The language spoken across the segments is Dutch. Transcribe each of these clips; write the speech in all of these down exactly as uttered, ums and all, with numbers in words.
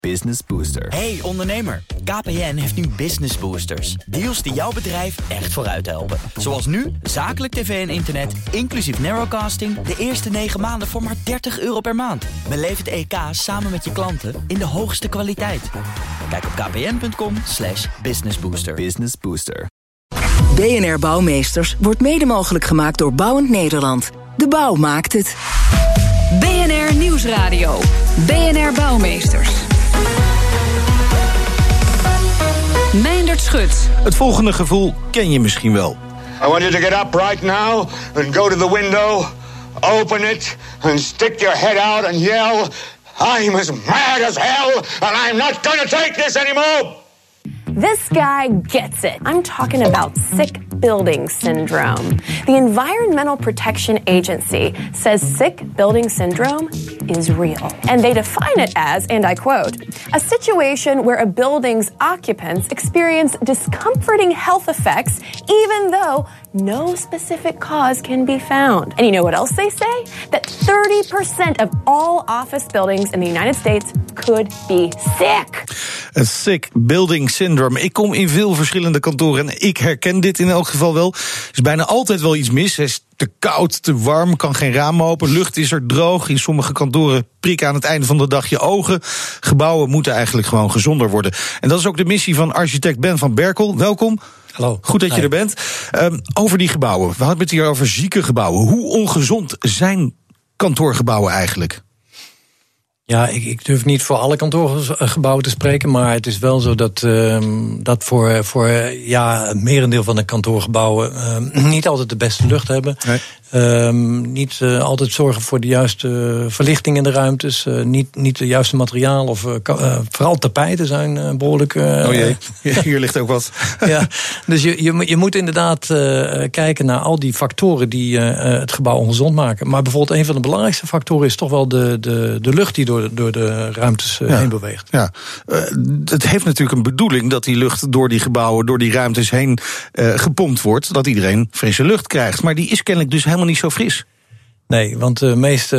Business Booster. Hey ondernemer, K P N heeft nu Business Boosters. Deals die jouw bedrijf echt vooruit helpen. Zoals nu, zakelijk tv en internet, inclusief narrowcasting... de eerste negen maanden voor maar dertig euro per maand. Beleef het E K samen met je klanten in de hoogste kwaliteit. Kijk op kpn.com slash businessbooster. Business Booster. B N R Bouwmeesters wordt mede mogelijk gemaakt door Bouwend Nederland. De bouw maakt het. B N R Nieuwsradio. B N R Bouwmeesters. Meindert Schut. Het volgende gevoel ken je misschien wel. I want you to get up right now and go to the window, open it and stick your head out and yell, I'm as mad as hell and I'm not gonna take this anymore! This guy gets it. I'm talking about sick building syndrome. The Environmental Protection Agency says sick building syndrome is real. And they define it as, and I quote, a situation where a building's occupants experience discomforting health effects even though no specific cause can be found. And you know what else they say? That thirty percent of all office buildings in the United States could be sick. A sick building syndrome. Ik kom in veel verschillende kantoren en ik herken dit in elk geval wel. Er is bijna altijd wel iets mis. Het is te koud, te warm, kan geen raam open. Lucht is er droog. In sommige kantoren prikken aan het einde van de dag je ogen. Gebouwen moeten eigenlijk gewoon gezonder worden. En dat is ook de missie van architect Ben van Berkel. Welkom. Hallo. Goed dat je Hi. er bent. Um, over die gebouwen. We hadden het hier over zieke gebouwen. Hoe ongezond zijn kantoorgebouwen eigenlijk? Ja, ik, ik durf niet voor alle kantoorgebouwen te spreken, maar het is wel zo dat, uh, dat voor, voor ja, het merendeel van de kantoorgebouwen uh, niet altijd de beste lucht hebben. Nee. Uh, niet uh, altijd zorgen voor de juiste verlichting in de ruimtes. Uh, niet, niet de juiste materiaal. Of uh, uh, vooral tapijten zijn uh, behoorlijk... Uh, oh jee, hier ligt ook wat. Ja, dus je, je, je moet inderdaad uh, kijken naar al die factoren die uh, het gebouw ongezond maken. Maar bijvoorbeeld een van de belangrijkste factoren is toch wel de, de, de lucht die door, door de ruimtes uh, ja. heen beweegt. Ja, uh, het heeft natuurlijk een bedoeling dat die lucht door die gebouwen, door die ruimtes heen uh, gepompt wordt. Dat iedereen frisse lucht krijgt. Maar die is kennelijk dus helemaal niet zo fris. Nee, want de meeste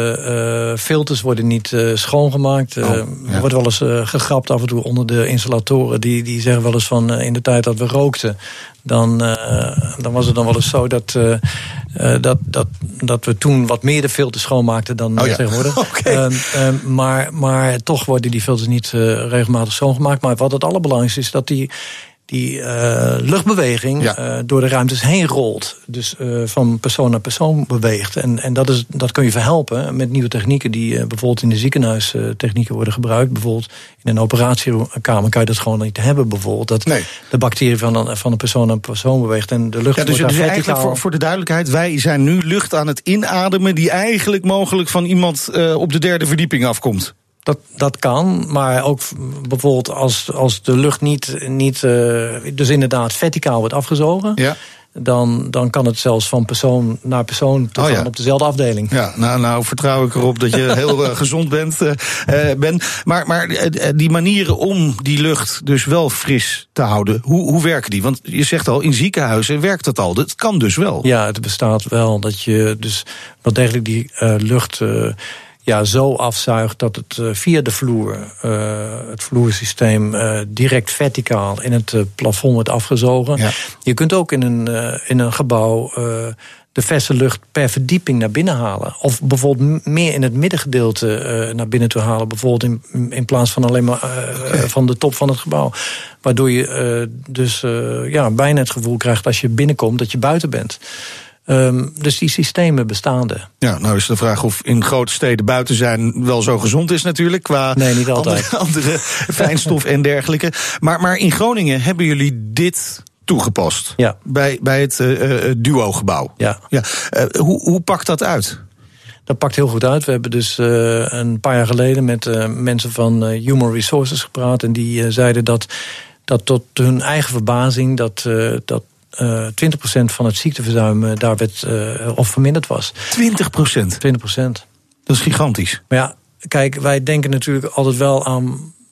uh, filters worden niet uh, schoongemaakt. Uh, oh, ja. Er wordt wel eens uh, gegrapt af en toe onder de installatoren. Die, die zeggen wel eens van uh, in de tijd dat we rookten, dan, uh, dan was het dan wel eens zo dat, uh, uh, dat, dat, dat we toen wat meer de filters schoonmaakten dan oh, ja. tegenwoordig. Okay. Uh, uh, maar, maar toch worden die filters niet uh, regelmatig schoongemaakt. Maar wat het allerbelangrijkste is, dat die die uh, luchtbeweging ja. uh, door de ruimtes heen rolt. Dus uh, van persoon naar persoon beweegt. En, en dat, is, dat kun je verhelpen met nieuwe technieken die uh, bijvoorbeeld in de ziekenhuistechnieken worden gebruikt. Bijvoorbeeld in een operatiekamer kan je dat gewoon niet hebben. Bijvoorbeeld dat nee. de bacterie van een, van een persoon naar persoon beweegt. En de lucht ja, dus, wordt dus daar eigenlijk voor, voor de duidelijkheid, wij zijn nu lucht aan het inademen die eigenlijk mogelijk van iemand uh, op de derde verdieping afkomt. Dat, dat kan, maar ook bijvoorbeeld als, als de lucht niet, niet uh, dus inderdaad verticaal wordt afgezogen, ja. dan, dan kan het zelfs van persoon naar persoon te oh, gaan ja. op dezelfde afdeling. Ja, nou, nou vertrouw ik erop dat je heel uh, gezond bent. Uh, ben. Maar, maar uh, die manieren om die lucht dus wel fris te houden, hoe, hoe werken die? Want je zegt al, in ziekenhuizen werkt dat al. Dat kan dus wel. Ja, het bestaat wel dat je dus wel degelijk die uh, lucht Uh, ja, zo afzuigt dat het uh, via de vloer, uh, het vloersysteem, uh, direct verticaal in het uh, plafond wordt afgezogen. Ja. Je kunt ook in een, uh, in een gebouw uh, de verse lucht per verdieping naar binnen halen. Of bijvoorbeeld meer in het middengedeelte uh, naar binnen te halen. Bijvoorbeeld in, in plaats van alleen maar uh, okay. van de top van het gebouw. Waardoor je uh, dus uh, ja, bijna het gevoel krijgt als je binnenkomt dat je buiten bent. Um, dus die systemen bestaan er. Ja, nou is de vraag of in grote steden buiten zijn wel zo gezond is natuurlijk. Qua nee, niet altijd. Andere, andere fijnstof en dergelijke. Maar, maar in Groningen hebben jullie dit toegepast. Ja. Bij, bij het uh, Duo-gebouw. Ja. ja. Uh, hoe, hoe pakt dat uit? Dat pakt heel goed uit. We hebben dus uh, een paar jaar geleden met uh, mensen van uh, Human Resources gepraat. En die uh, zeiden dat, dat tot hun eigen verbazing dat, uh, dat Uh, twintig procent van het ziekteverzuim uh, daar werd uh, of verminderd was. twintig procent? twintig procent. Dat is gigantisch. Maar ja, kijk, wij denken natuurlijk altijd wel aan,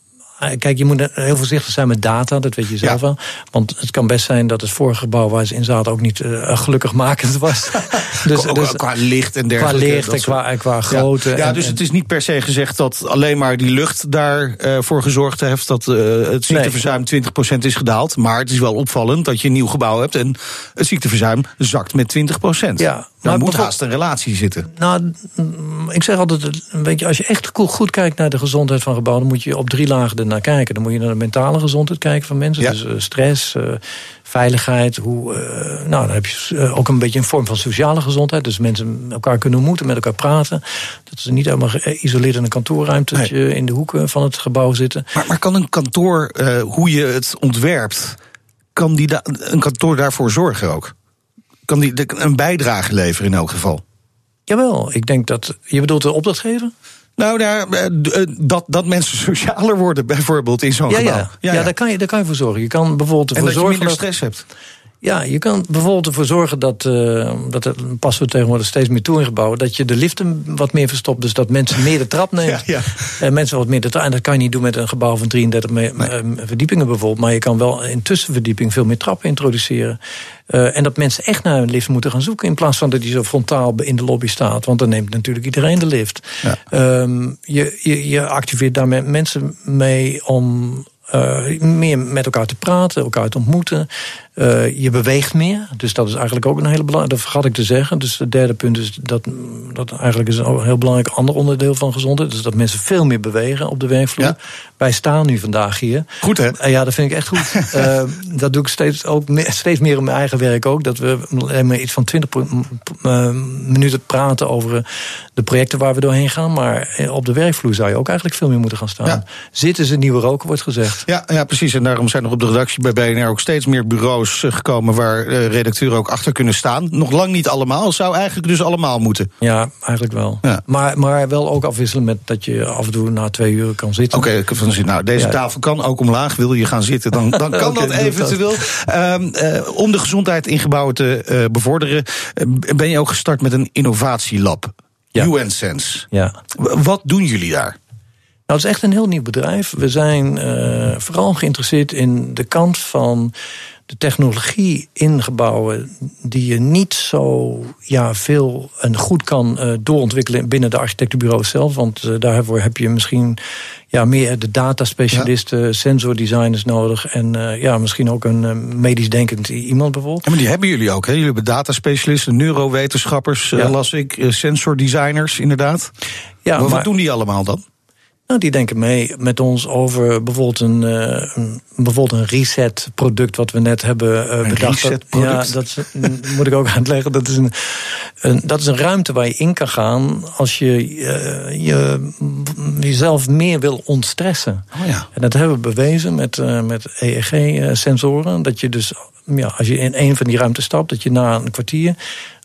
kijk, je moet heel voorzichtig zijn met data, dat weet je zelf ja. wel. Want het kan best zijn dat het vorige gebouw waar ze in zaten ook niet uh, gelukkigmakend was. dus, dus, qua licht en dergelijke. Qua licht en qua, qua grootte. Ja, ja en, dus en, het is niet per se gezegd dat alleen maar die lucht daarvoor uh, gezorgd heeft dat uh, het ziekteverzuim nee. twintig procent is gedaald. Maar het is wel opvallend dat je een nieuw gebouw hebt en het ziekteverzuim zakt met twintig procent. Ja. Nou, moet haast een relatie zitten. Nou, ik zeg altijd, weet je, als je echt goed kijkt naar de gezondheid van gebouwen, dan moet je op drie lagen ernaar kijken. Dan moet je naar de mentale gezondheid kijken van mensen. Ja. Dus uh, stress, uh, veiligheid. Hoe, uh, nou, dan heb je uh, ook een beetje een vorm van sociale gezondheid. Dus mensen elkaar kunnen ontmoeten, met elkaar praten. Dat ze niet helemaal geïsoleerd in een kantoorruimte nee. in de hoeken van het gebouw zitten. Maar, maar kan een kantoor, uh, hoe je het ontwerpt, kan die da- een kantoor daarvoor zorgen ook? Kan die een bijdrage leveren in elk geval? Jawel, ik denk dat... Je bedoelt de opdrachtgever? Nou, daar, dat, dat mensen socialer worden bijvoorbeeld in zo'n ja, gebouw. Ja, ja, ja. Daar, kan je, daar kan je voor zorgen. Je kan bijvoorbeeld ervoor en dat zorgen je minder stress hebt. Ja, je kan bijvoorbeeld ervoor zorgen dat, uh, dat er passen we tegenwoordig steeds meer toe in gebouwen, dat je de liften wat meer verstopt, dus dat mensen meer de trap nemen. Ja, ja. En mensen wat meer de trap. En dat kan je niet doen met een gebouw van drieëndertig me- nee. uh, verdiepingen bijvoorbeeld, maar je kan wel in tussenverdieping veel meer trappen introduceren. Uh, en dat mensen echt naar een lift moeten gaan zoeken, in plaats van dat die zo frontaal in de lobby staat, want dan neemt natuurlijk iedereen de lift. Ja. Um, je, je, je activeert daarmee mensen mee om Uh, meer met elkaar te praten, elkaar te ontmoeten. Uh, je beweegt meer, dus dat is eigenlijk ook een hele belangrijke. Dat vergat ik te zeggen. Dus het derde punt is dat, dat eigenlijk is een heel belangrijk ander onderdeel van gezondheid. Dus dat mensen veel meer bewegen op de werkvloer. Ja. Wij staan nu vandaag hier. Goed, hè? Uh, ja, dat vind ik echt goed. uh, dat doe ik steeds, ook me, steeds meer in mijn eigen werk ook. Dat we alleen maar iets van twintig uh, minuten praten over de projecten waar we doorheen gaan. Maar op de werkvloer zou je ook eigenlijk veel meer moeten gaan staan. Ja. Zitten ze nieuwe roken, wordt gezegd. Ja, ja, precies. En daarom zijn er op de redactie bij B N R ook steeds meer bureaus gekomen waar uh, redacteuren ook achter kunnen staan. Nog lang niet allemaal. Zou eigenlijk dus allemaal moeten. Ja, eigenlijk wel. Ja. Maar, maar wel ook afwisselen met dat je af en toe na twee uur kan zitten. Oké, okay, van zin. Nou, deze ja. tafel kan ook omlaag. Wil je gaan zitten, dan, dan kan okay, dat eventueel. Um, uh, om de gezondheid in gebouwen te uh, bevorderen, uh, ben je ook gestart met een innovatielab. Ja. U N Sense. Ja. Wat doen jullie daar? Nou, het is echt een heel nieuw bedrijf. We zijn uh, vooral geïnteresseerd in de kant van de technologie in gebouwen die je niet zo ja, veel en goed kan uh, doorontwikkelen binnen de architectenbureaus zelf. Want uh, daarvoor heb je misschien ja, meer de dataspecialisten, ja. sensordesigners nodig en uh, ja, misschien ook een uh, medisch denkend iemand bijvoorbeeld. Ja, maar die hebben jullie ook, hè? Jullie hebben dataspecialisten, neurowetenschappers, ja. uh, las ik, uh, sensordesigners inderdaad. Ja, maar wat maar, doen die allemaal dan? Nou, die denken mee met ons over bijvoorbeeld een, een, bijvoorbeeld een reset-product wat we net hebben uh, een bedacht. Reset-product? Ja, dat is, moet ik ook uitleggen. Dat is een, een, dat is een ruimte waar je in kan gaan als je uh, je jezelf meer wil ontstressen. Oh ja. En dat hebben we bewezen met, uh, met E E G-sensoren. Dat je dus, ja, als je in een van die ruimtes stapt, dat je na een kwartier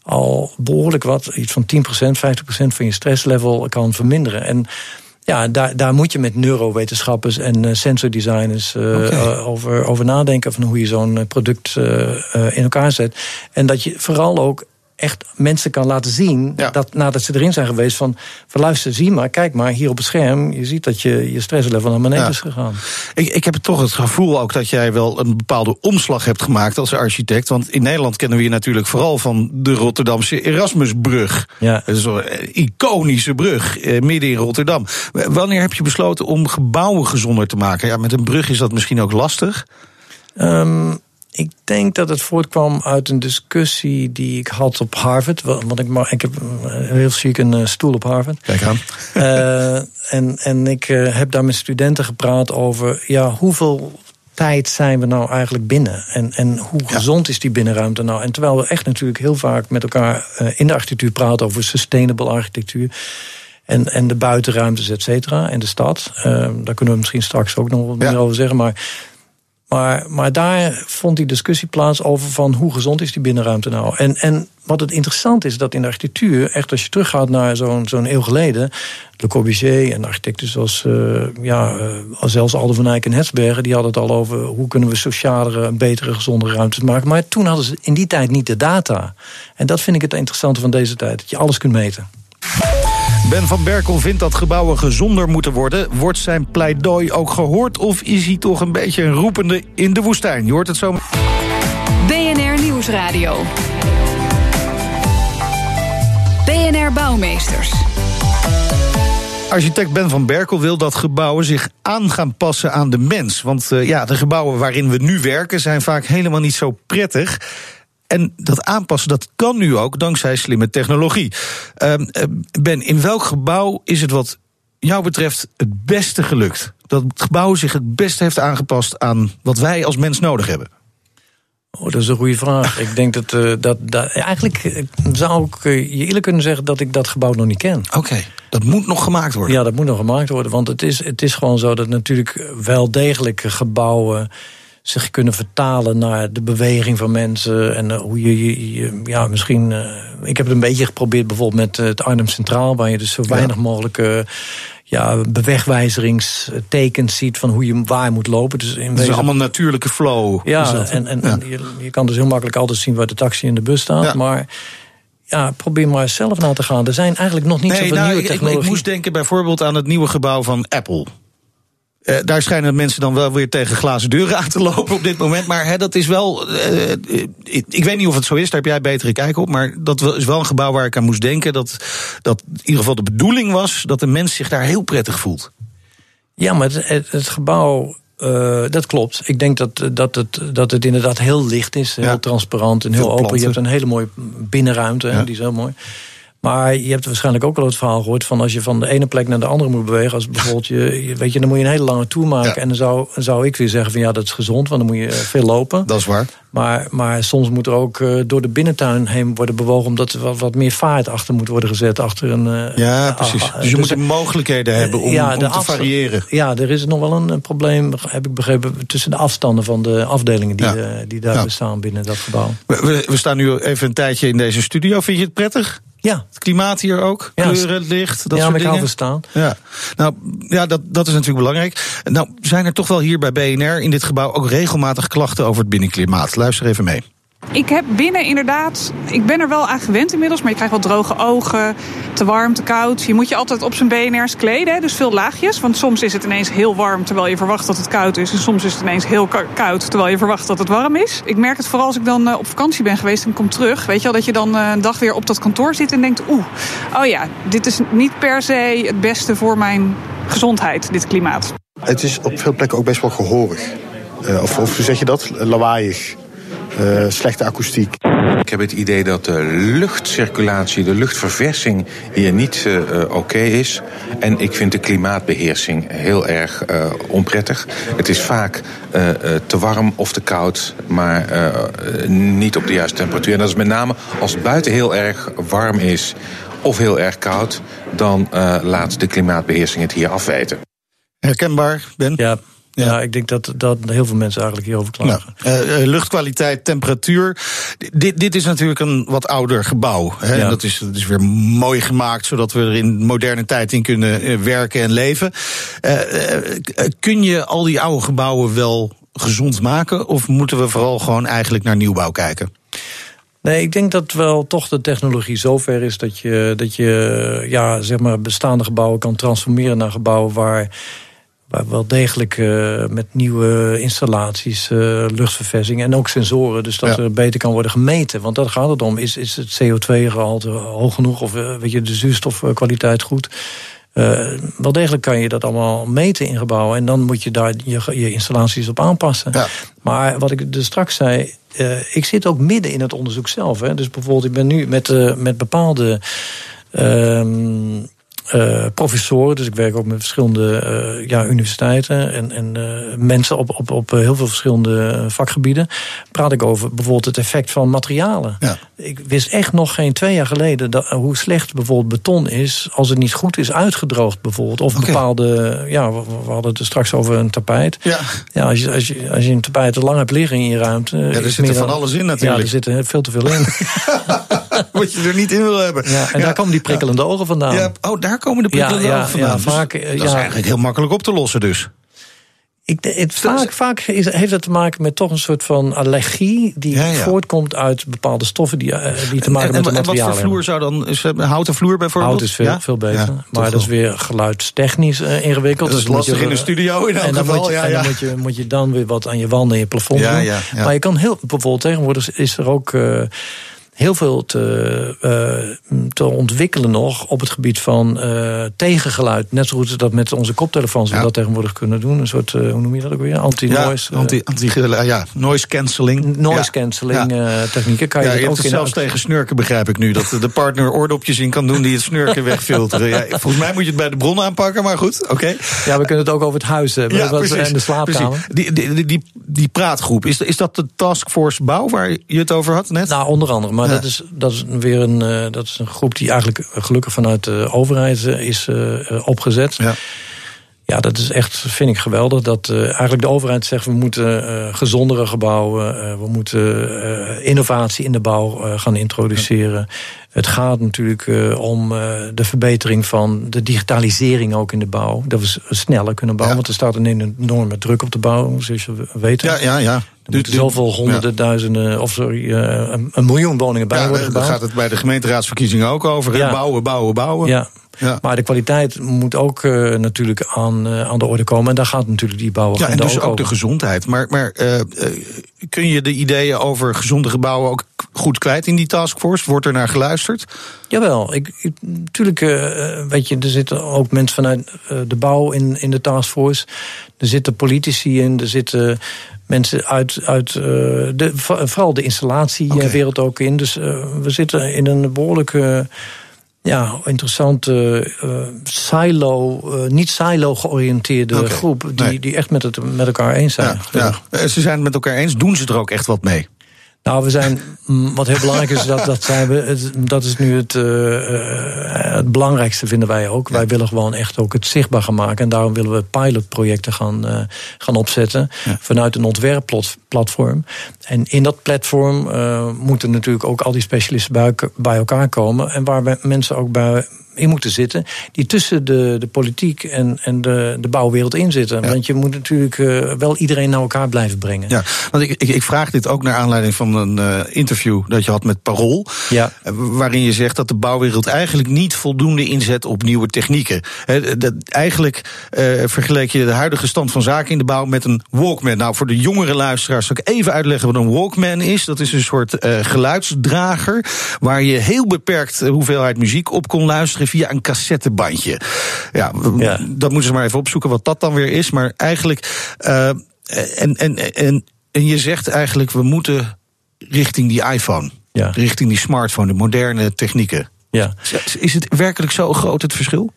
al behoorlijk wat, iets van tien procent, vijftig procent van je stresslevel kan verminderen. En ja, daar, daar moet je met neurowetenschappers en uh, sensordesigners uh, okay. uh, over, over nadenken van hoe je zo'n product uh, uh, in elkaar zet. En dat je vooral ook echt mensen kan laten zien, ja. dat nadat ze erin zijn geweest, van, van luister, zie maar, kijk maar, hier op het scherm, je ziet dat je, je stresslevel naar beneden ja. is gegaan. Ik, ik heb toch het gevoel ook dat jij wel een bepaalde omslag hebt gemaakt als architect, want in Nederland kennen we je natuurlijk vooral van de Rotterdamse Erasmusbrug. Ja. Dat is een iconische brug, eh, midden in Rotterdam. Wanneer heb je besloten om gebouwen gezonder te maken? Ja, met een brug is dat misschien ook lastig? Um, Ik denk dat het voortkwam uit een discussie die ik had op Harvard. Want ik, ik heb heel chic een stoel op Harvard. Kijk aan. Uh, en, en ik uh, heb daar met studenten gepraat over, ja, hoeveel tijd zijn we nou eigenlijk binnen? En, en hoe ja. gezond is die binnenruimte nou? En terwijl we echt natuurlijk heel vaak met elkaar uh, in de architectuur praten over sustainable architectuur. En, en de buitenruimtes, et cetera, en de stad. Uh, daar kunnen we misschien straks ook nog wat meer ja. over zeggen. Maar Maar, maar daar vond die discussie plaats over van hoe gezond is die binnenruimte nou. En, en wat het interessant is, dat in de architectuur, echt als je teruggaat naar zo'n, zo'n eeuw geleden, Le Corbusier en architecten zoals uh, ja, uh, zelfs Aldo van Eyck en Hetsbergen, die hadden het al over hoe kunnen we socialere, betere, gezondere ruimtes maken. Maar toen hadden ze in die tijd niet de data. En dat vind ik het interessante van deze tijd, dat je alles kunt meten. Ben van Berkel vindt dat gebouwen gezonder moeten worden. Wordt zijn pleidooi ook gehoord of is hij toch een beetje een roepende in de woestijn? Je hoort het zo. B N R Nieuwsradio. B N R Bouwmeesters. Architect Ben van Berkel wil dat gebouwen zich aan gaan passen aan de mens. Want uh, ja, de gebouwen waarin we nu werken zijn vaak helemaal niet zo prettig. En dat aanpassen, dat kan nu ook dankzij slimme technologie. Uh, Ben, in welk gebouw is het wat jou betreft het beste gelukt? Dat het gebouw zich het beste heeft aangepast aan wat wij als mens nodig hebben? Oh, dat is een goede vraag. Ik denk dat, uh, dat, dat eigenlijk zou ik uh, je eerlijk kunnen zeggen dat ik dat gebouw nog niet ken. Oké, okay, dat moet nog gemaakt worden. Ja, dat moet nog gemaakt worden, want het is, het is gewoon zo dat natuurlijk wel degelijke gebouwen zich kunnen vertalen naar de beweging van mensen en uh, hoe je, je, je ja, misschien. Uh, ik heb het een beetje geprobeerd bijvoorbeeld met uh, het Arnhem Centraal, waar je dus zo weinig ja. mogelijk Uh, ja, bewegwijzeringstekens ziet van hoe je waar moet lopen. Dus in het is wezen allemaal natuurlijke flow. Ja, en, en, ja. en je, je kan dus heel makkelijk altijd zien waar de taxi en de bus staat. Ja. Maar ja, probeer maar zelf na te gaan. Er zijn eigenlijk nog niet nee, zoveel nou, nieuwe technologie. Ik, ik moest denken bijvoorbeeld aan het nieuwe gebouw van Apple. Uh, daar schijnen mensen dan wel weer tegen glazen deuren aan te lopen op dit moment. Maar he, dat is wel. Uh, ik, ik weet niet of het zo is, daar heb jij betere kijk op. Maar dat is wel een gebouw waar ik aan moest denken. Dat, dat in ieder geval de bedoeling was dat de mens zich daar heel prettig voelt. Ja, maar het, het, het gebouw. Uh, dat klopt. Ik denk dat, dat, het, dat het inderdaad heel licht is, heel ja. transparant en heel Veel open. Planten. Je hebt een hele mooie binnenruimte, ja. die is heel mooi. Maar je hebt waarschijnlijk ook al het verhaal gehoord van als je van de ene plek naar de andere moet bewegen. Als bijvoorbeeld je, weet je, dan moet je een hele lange tour maken. Ja. En dan zou, zou ik weer zeggen van ja, dat is gezond, want dan moet je veel lopen. Dat is waar. Maar, maar soms moet er ook uh, door de binnentuin heen worden bewogen, omdat er wat, wat meer vaart achter moet worden gezet. Achter een, uh, ja, precies. Uh, dus je dus, moet mogelijkheden uh, hebben om, ja, om te af, variëren. Ja, er is nog wel een, een probleem, heb ik begrepen, tussen de afstanden van de afdelingen die, ja. uh, die daar ja. bestaan binnen dat gebouw. We, we staan nu even een tijdje in deze studio. Vind je het prettig? Ja. Het klimaat hier ook, ja, kleuren, licht, dat ja, soort dingen. Ja, maar ik hou verstaan. Ja, nou, ja dat, dat is natuurlijk belangrijk. Nou, zijn er toch wel hier bij B N R in dit gebouw ook regelmatig klachten over het binnenklimaat? Luister even mee. Ik heb binnen inderdaad, ik ben er wel aan gewend inmiddels, maar je krijgt wel droge ogen, te warm, te koud. Je moet je altijd op zijn B N R's kleden, hè, dus veel laagjes. Want soms is het ineens heel warm terwijl je verwacht dat het koud is. En soms is het ineens heel koud terwijl je verwacht dat het warm is. Ik merk het vooral als ik dan op vakantie ben geweest en kom terug. Weet je wel, dat je dan een dag weer op dat kantoor zit en denkt, oeh, oh ja, dit is niet per se het beste voor mijn gezondheid, dit klimaat. Het is op veel plekken ook best wel gehoorig. Uh, of, of hoe zeg je dat? Lawaaiig. Uh, slechte akoestiek. Ik heb het idee dat de luchtcirculatie, de luchtverversing hier niet uh, oké okay is. En ik vind de klimaatbeheersing heel erg uh, onprettig. Het is vaak uh, uh, te warm of te koud, maar uh, niet op de juiste temperatuur. En dat is met name als het buiten heel erg warm is of heel erg koud, dan uh, laat de klimaatbeheersing het hier afweten. Herkenbaar, Ben? Ja. Ja, ja, ik denk dat, dat heel veel mensen eigenlijk hierover klagen. Nou, uh, luchtkwaliteit, temperatuur. Dit, dit is natuurlijk een wat ouder gebouw. Hè? Ja. Dat, is, dat is weer mooi gemaakt, zodat we er in moderne tijd in kunnen uh, werken en leven. Uh, uh, kun je al die oude gebouwen wel gezond maken? Of moeten we vooral gewoon eigenlijk naar nieuwbouw kijken? Nee, ik denk dat wel toch de technologie zover is dat je, dat je ja, zeg maar bestaande gebouwen kan transformeren naar gebouwen waar waar wel degelijk uh, met nieuwe installaties, uh, luchtverversing en ook sensoren, dus dat ja. er beter kan worden gemeten. Want daar gaat het om. Is, is het C O twee gehalte hoog genoeg of uh, weet je, de zuurstofkwaliteit goed? Uh, wel degelijk kan je dat allemaal meten in gebouwen en dan moet je daar je, je installaties op aanpassen. Ja. Maar wat ik dus straks zei, uh, ik zit ook midden in het onderzoek zelf. Hè. Dus bijvoorbeeld, ik ben nu met, uh, met bepaalde Uh, Uh, professoren, dus ik werk ook met verschillende uh, ja, universiteiten en, en uh, mensen op, op, op heel veel verschillende vakgebieden. Praat ik over bijvoorbeeld het effect van materialen. Ja. Ik wist echt nog geen twee jaar geleden dat, hoe slecht bijvoorbeeld beton is als het niet goed is uitgedroogd bijvoorbeeld. Of okay. bepaalde, ja, we, we hadden het er straks over een tapijt. Ja. Ja, als je, als je, als je een tapijt te lang hebt liggen in je ruimte. Ja, er zit er van alles in natuurlijk. Ja, er zit er veel te veel in. Wat je er niet in wil hebben. Ja, en ja. daar komen die prikkelende ja. ogen vandaan. Ja, oh, daar komen de prikkelende ja, ja, ogen vandaan. Ja, vaak, dus ja, dat is eigenlijk heel makkelijk op te lossen dus. Ik, het, vaak vaak is, heeft het te maken met toch een soort van allergie die ja, ja. voortkomt uit bepaalde stoffen die, uh, die te maken en, met de en, materialen en wat voor vloer zou dan, is een houten vloer bijvoorbeeld? Hout is veel, ja? veel beter, ja, maar dat is weer geluidstechnisch uh, ingewikkeld. Dat is dus lastig je, in de studio in elk en dan geval. Moet je, ja, en dan ja. moet, je, moet je dan weer wat aan je wanden en je plafond ja, doen. Ja, ja. Maar je kan heel, bijvoorbeeld tegenwoordig is er ook Uh, heel veel te, uh, te ontwikkelen nog op het gebied van uh, tegengeluid. Net zo goed als dat met onze koptelefoons ja. we dat tegenwoordig kunnen doen. Een soort, uh, hoe noem je dat ook weer? Anti-noise. Ja, anti, anti, ja, noise cancelling. Noise ja. cancelling ja. uh, technieken. Kan je, ja, dat je ook hebt het zelfs in tegen snurken, begrijp ik nu. Dat de partner oordopjes in kan doen die het snurken wegfilteren. Ja, volgens mij moet je het bij de bron aanpakken, maar goed, oké. Okay. Ja, we kunnen het ook over het huis hebben. Ja, wat, en de slaapkamer. Die, die, die, die, die praatgroep, is, is dat de taskforce bouw waar je het over had net? Nou, onder andere. Maar ja. dat, is, dat is weer een, uh, dat is een groep die eigenlijk gelukkig vanuit de overheid uh, is uh, opgezet. Ja. Ja, dat is echt, vind ik geweldig. Dat uh, eigenlijk de overheid zegt, we moeten uh, gezondere gebouwen, uh, we moeten uh, innovatie in de bouw uh, gaan introduceren. Ja. Het gaat natuurlijk uh, om uh, de verbetering van de digitalisering ook in de bouw. Dat we sneller kunnen bouwen, ja. want er staat een enorme druk op de bouw, zoals je weet. Ja, ja, ja. Er moeten zoveel honderden, ja. duizenden, of sorry, uh, een, een miljoen woningen bij ja, worden gebouwd. Daar gaat het bij de gemeenteraadsverkiezingen ook over. Ja. Bouwen, bouwen, bouwen. Ja. Ja. Maar de kwaliteit moet ook uh, natuurlijk aan, uh, aan de orde komen. En daar gaat natuurlijk die bouwagenda ja, en dus ook, ook over. de gezondheid. Maar, maar uh, uh, kun je de ideeën over gezonde gebouwen ook goed kwijt in die taskforce? Wordt er naar geluisterd? Jawel. Ik, ik, natuurlijk, uh, weet je, er zitten ook mensen vanuit uh, de bouw in, in de taskforce. Er zitten politici in, er zitten mensen uit, uit uh, de, vooral de installatiewereld okay. ook in. Dus uh, we zitten in een behoorlijke ja, interessante uh, silo, uh, niet silo-georiënteerde okay. groep die, nee. die echt met het met elkaar eens zijn. Ja, ja. Ze zijn het met elkaar eens. Doen ze er ook echt wat mee? Nou, we zijn, wat heel belangrijk is, dat, dat, zijn we, dat is nu het, uh, het belangrijkste, vinden wij ook. Ja. Wij willen gewoon echt ook het zichtbaar gaan maken. En daarom willen we pilotprojecten gaan, uh, gaan opzetten. Ja. Vanuit een ontwerpplatform. En in dat platform uh, moeten natuurlijk ook al die specialisten bij, bij elkaar komen. En waar mensen ook bij in moeten zitten, die tussen de, de politiek en, en de, de bouwwereld in zitten. Ja. Want je moet natuurlijk uh, wel iedereen naar elkaar blijven brengen. Ja, want ik, ik, ik vraag dit ook naar aanleiding van een uh, interview dat je had met Parool. Ja. Waarin je zegt dat de bouwwereld eigenlijk niet voldoende inzet op nieuwe technieken. He, dat, eigenlijk uh, vergelijk je de huidige stand van zaken in de bouw met een Walkman. Nou, voor de jongere luisteraars zal ik even uitleggen wat een Walkman is. Dat is een soort uh, geluidsdrager waar je heel beperkt hoeveelheid muziek op kon luisteren via een cassettebandje. Ja, ja, dat moeten ze maar even opzoeken wat dat dan weer is. Maar eigenlijk, uh, en, en, en, en je zegt eigenlijk, we moeten richting die iPhone. Ja. Richting die smartphone, de moderne technieken. Ja. Is het werkelijk zo groot, het verschil?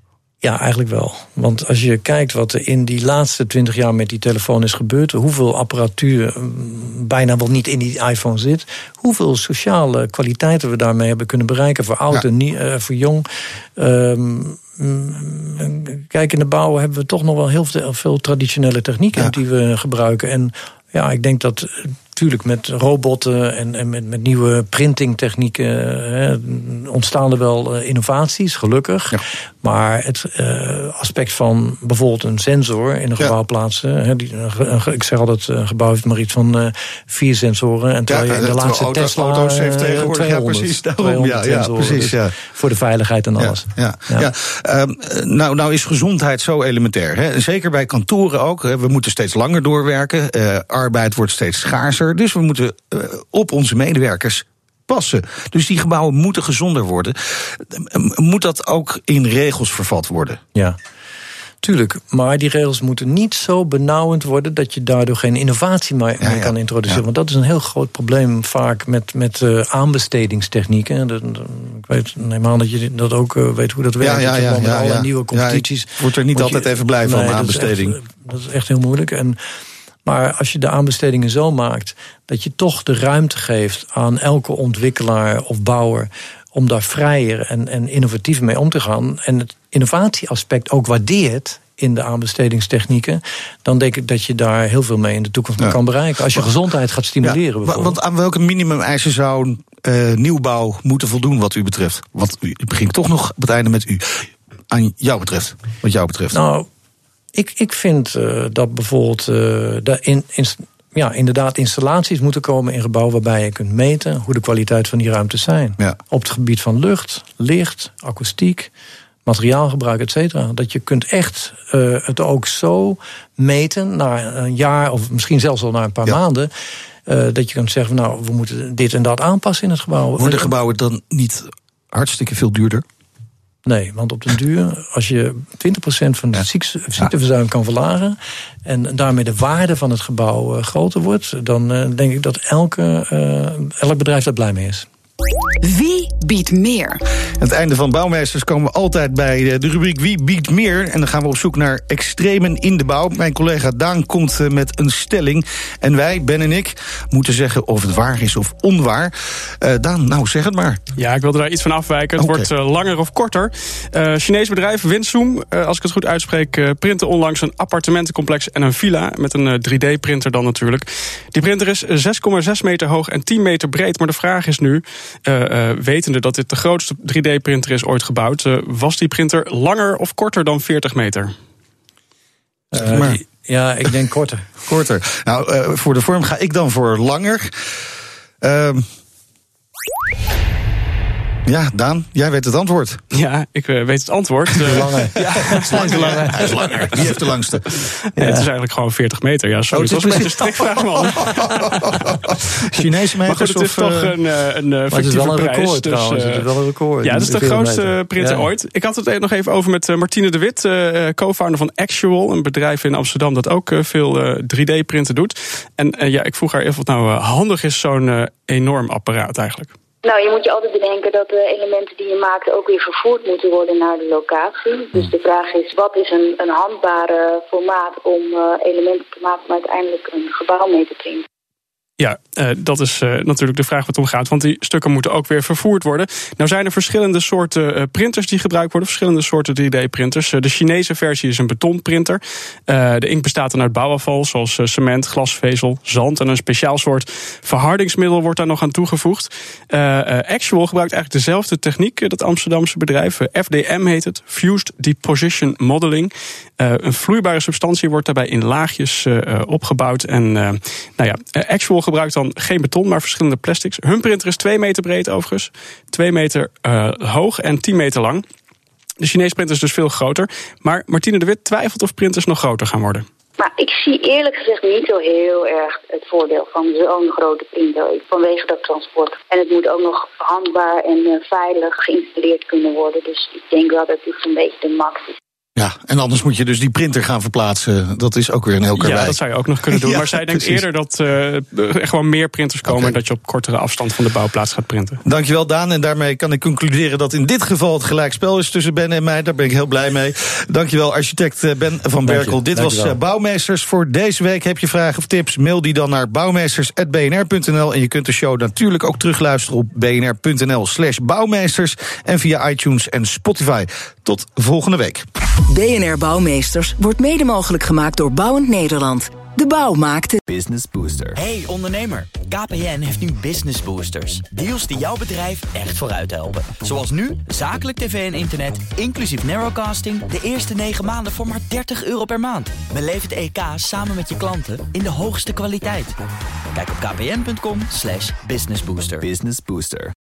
Ja, eigenlijk wel. Want als je kijkt wat er in die laatste twintig jaar met die telefoon is gebeurd, hoeveel apparatuur bijna wel niet in die iPhone zit, hoeveel sociale kwaliteiten we daarmee hebben kunnen bereiken voor oud en ja. uh, voor jong. Um, kijk, in de bouw hebben we toch nog wel heel veel, veel traditionele technieken ja. die we gebruiken. En ja, ik denk dat natuurlijk met robotten en, en met, met nieuwe printingtechnieken hè, ontstaan er wel uh, innovaties, gelukkig. Ja. Maar het uh, aspect van bijvoorbeeld een sensor in een gebouw ja. plaatsen. Hè, die, uh, ik zeg altijd, een gebouw heeft maar iets van uh, vier sensoren. En terwijl ja, je in de laatste auto, Tesla auto's heeft tegenwoordig tweehonderd, ja, precies, daarom, ja, ja, precies, ja. Voor de veiligheid en alles. Ja, ja, ja. ja. Um, nou, nou is gezondheid zo elementair. Hè. Zeker bij kantoren ook. We moeten steeds langer doorwerken. Uh, arbeid wordt steeds schaarser. Dus we moeten uh, op onze medewerkers passen. Dus die gebouwen moeten gezonder worden. Moet dat ook in regels vervat worden? Ja, tuurlijk. Maar die regels moeten niet zo benauwend worden dat je daardoor geen innovatie meer ja, ja. kan introduceren. Ja. Want dat is een heel groot probleem vaak met, met uh, aanbestedingstechnieken. Dat, ik weet, neem aan dat je dat ook uh, weet hoe dat werkt. Ja, ja, ja, met ja, alle ja. nieuwe competities. Ja, ik word er niet altijd je, even blij van, nee, aanbesteding. Dat is, echt, dat is echt heel moeilijk. En maar als je de aanbestedingen zo maakt dat je toch de ruimte geeft aan elke ontwikkelaar of bouwer om daar vrijer en, en innovatief mee om te gaan en het innovatieaspect ook waardeert in de aanbestedingstechnieken, dan denk ik dat je daar heel veel mee in de toekomst ja. kan bereiken. Als je gezondheid gaat stimuleren ja, bijvoorbeeld. Want aan welke minimumeisen zou uh, nieuwbouw moeten voldoen wat u betreft? Want u begint toch nog op het einde met u. Aan jou betreft, wat jou betreft. Nou, ik, ik vind uh, dat bijvoorbeeld uh, de in, in, ja, inderdaad installaties moeten komen in gebouwen waarbij je kunt meten hoe de kwaliteit van die ruimtes zijn. Ja. Op het gebied van lucht, licht, akoestiek, materiaalgebruik, et cetera. Dat je kunt echt uh, het ook zo meten na een jaar of misschien zelfs al na een paar ja. maanden. Uh, dat je kunt zeggen, nou, we moeten dit en dat aanpassen in het gebouw. Worden gebouwen dan niet hartstikke veel duurder? Nee, want op den duur, als je twintig procent van de ja. ziekteverzuim kan verlagen en daarmee de waarde van het gebouw uh, groter wordt, dan uh, denk ik dat elke, uh, elk bedrijf daar blij mee is. Wie biedt meer? Aan het einde van Bouwmeesters komen we altijd bij de rubriek Wie biedt meer? En dan gaan we op zoek naar extremen in de bouw. Mijn collega Daan komt met een stelling. En wij, Ben en ik, moeten zeggen of het waar is of onwaar. Uh, Daan, nou zeg het maar. Ja, ik wilde daar iets van afwijken. Het okay. wordt uh, langer of korter. Uh, Chinees bedrijf Winzoom, uh, als ik het goed uitspreek, uh, printte onlangs een appartementencomplex en een villa. Met een uh, drie D-printer dan natuurlijk. Die printer is zes komma zes meter hoog en tien meter breed. Maar de vraag is nu, Uh, uh, wetende dat dit de grootste drie D-printer is ooit gebouwd, Uh, was die printer langer of korter dan veertig meter? Uh, maar. Ja, ik denk korter. Korter. Nou, uh, voor de vorm ga ik dan voor langer. Uh, Ja, Daan, jij weet het antwoord. Ja, ik uh, weet het antwoord. Uh, langer. Ja, hij is langer. langer. Hij is langer. Wie heeft de langste? Ja, ja. Het is eigenlijk gewoon veertig meter. Ja, sorry. Oh, het was een beetje een strikvraag, man. Chinese meters? Maar goed, het is of, toch een, een, een fictieve prijs. Record, dus, trouwens. Het is wel een record. Ja, het is de grootste meter. printer ja. ooit. Ik had het nog even over met Martine de Wit, uh, co-founder van Actual, een bedrijf in Amsterdam dat ook uh, veel uh, drie D-printen doet. En uh, ja, ik vroeg haar even wat nou uh, handig is, zo'n uh, enorm apparaat eigenlijk. Nou, je moet je altijd bedenken dat de elementen die je maakt ook weer vervoerd moeten worden naar de locatie. Dus de vraag is, wat is een, een handbare formaat om uh, elementen te maken om uiteindelijk een gebouw mee te printen? Ja, uh, dat is uh, natuurlijk de vraag waar het om gaat. Want die stukken moeten ook weer vervoerd worden. Nou zijn er verschillende soorten uh, printers die gebruikt worden. Verschillende soorten drie D-printers. Uh, de Chinese versie is een betonprinter. Uh, de inkt bestaat dan uit bouwafval, zoals uh, cement, glasvezel, zand. En een speciaal soort verhardingsmiddel wordt daar nog aan toegevoegd. Uh, uh, Actual gebruikt eigenlijk dezelfde techniek. Uh, dat Amsterdamse bedrijf. Uh, F D M heet het. Fused Deposition Modeling. Uh, een vloeibare substantie wordt daarbij in laagjes uh, opgebouwd. En uh, nou ja, uh, Actual gebruikt dan geen beton, maar verschillende plastics. Hun printer is twee meter breed overigens. twee meter uh, hoog en tien meter lang. De Chinese printer is dus veel groter. Maar Martine de Wit twijfelt of printers nog groter gaan worden. Maar ik zie eerlijk gezegd niet zo heel erg het voordeel van zo'n grote printer vanwege dat transport. En het moet ook nog handbaar en uh, veilig geïnstalleerd kunnen worden. Dus ik denk wel dat dit zo'n beetje de max is. Ja, en anders moet je dus die printer gaan verplaatsen. Dat is ook weer een heel karwei. Ja, dat zou je ook nog kunnen doen. Ja, maar zij denkt eerder dat uh, er gewoon meer printers komen... Okay. en dat je op kortere afstand van de bouwplaats gaat printen. Dankjewel, Daan. En daarmee kan ik concluderen dat in dit geval het gelijkspel is tussen Ben en mij. Daar ben ik heel blij mee. Dankjewel, architect Ben van Berkel. Dank je, dit was Bouwmeesters voor deze week. Heb je vragen of tips? Mail die dan naar bouwmeesters apenstaartje b n r punt n l. En je kunt de show natuurlijk ook terugluisteren op bnr.nl slash bouwmeesters... en via iTunes en Spotify. Tot volgende week. B N R Bouwmeesters wordt mede mogelijk gemaakt door Bouwend Nederland. De bouw maakt het. Business Booster. Hey ondernemer, K P N heeft nu Business Boosters. Deals die jouw bedrijf echt vooruit helpen. Zoals nu, zakelijk tv en internet, inclusief narrowcasting... de eerste negen maanden voor maar dertig euro per maand. Beleef het E K samen met je klanten in de hoogste kwaliteit. Kijk op kpn punt com slash businessbooster. Business Booster.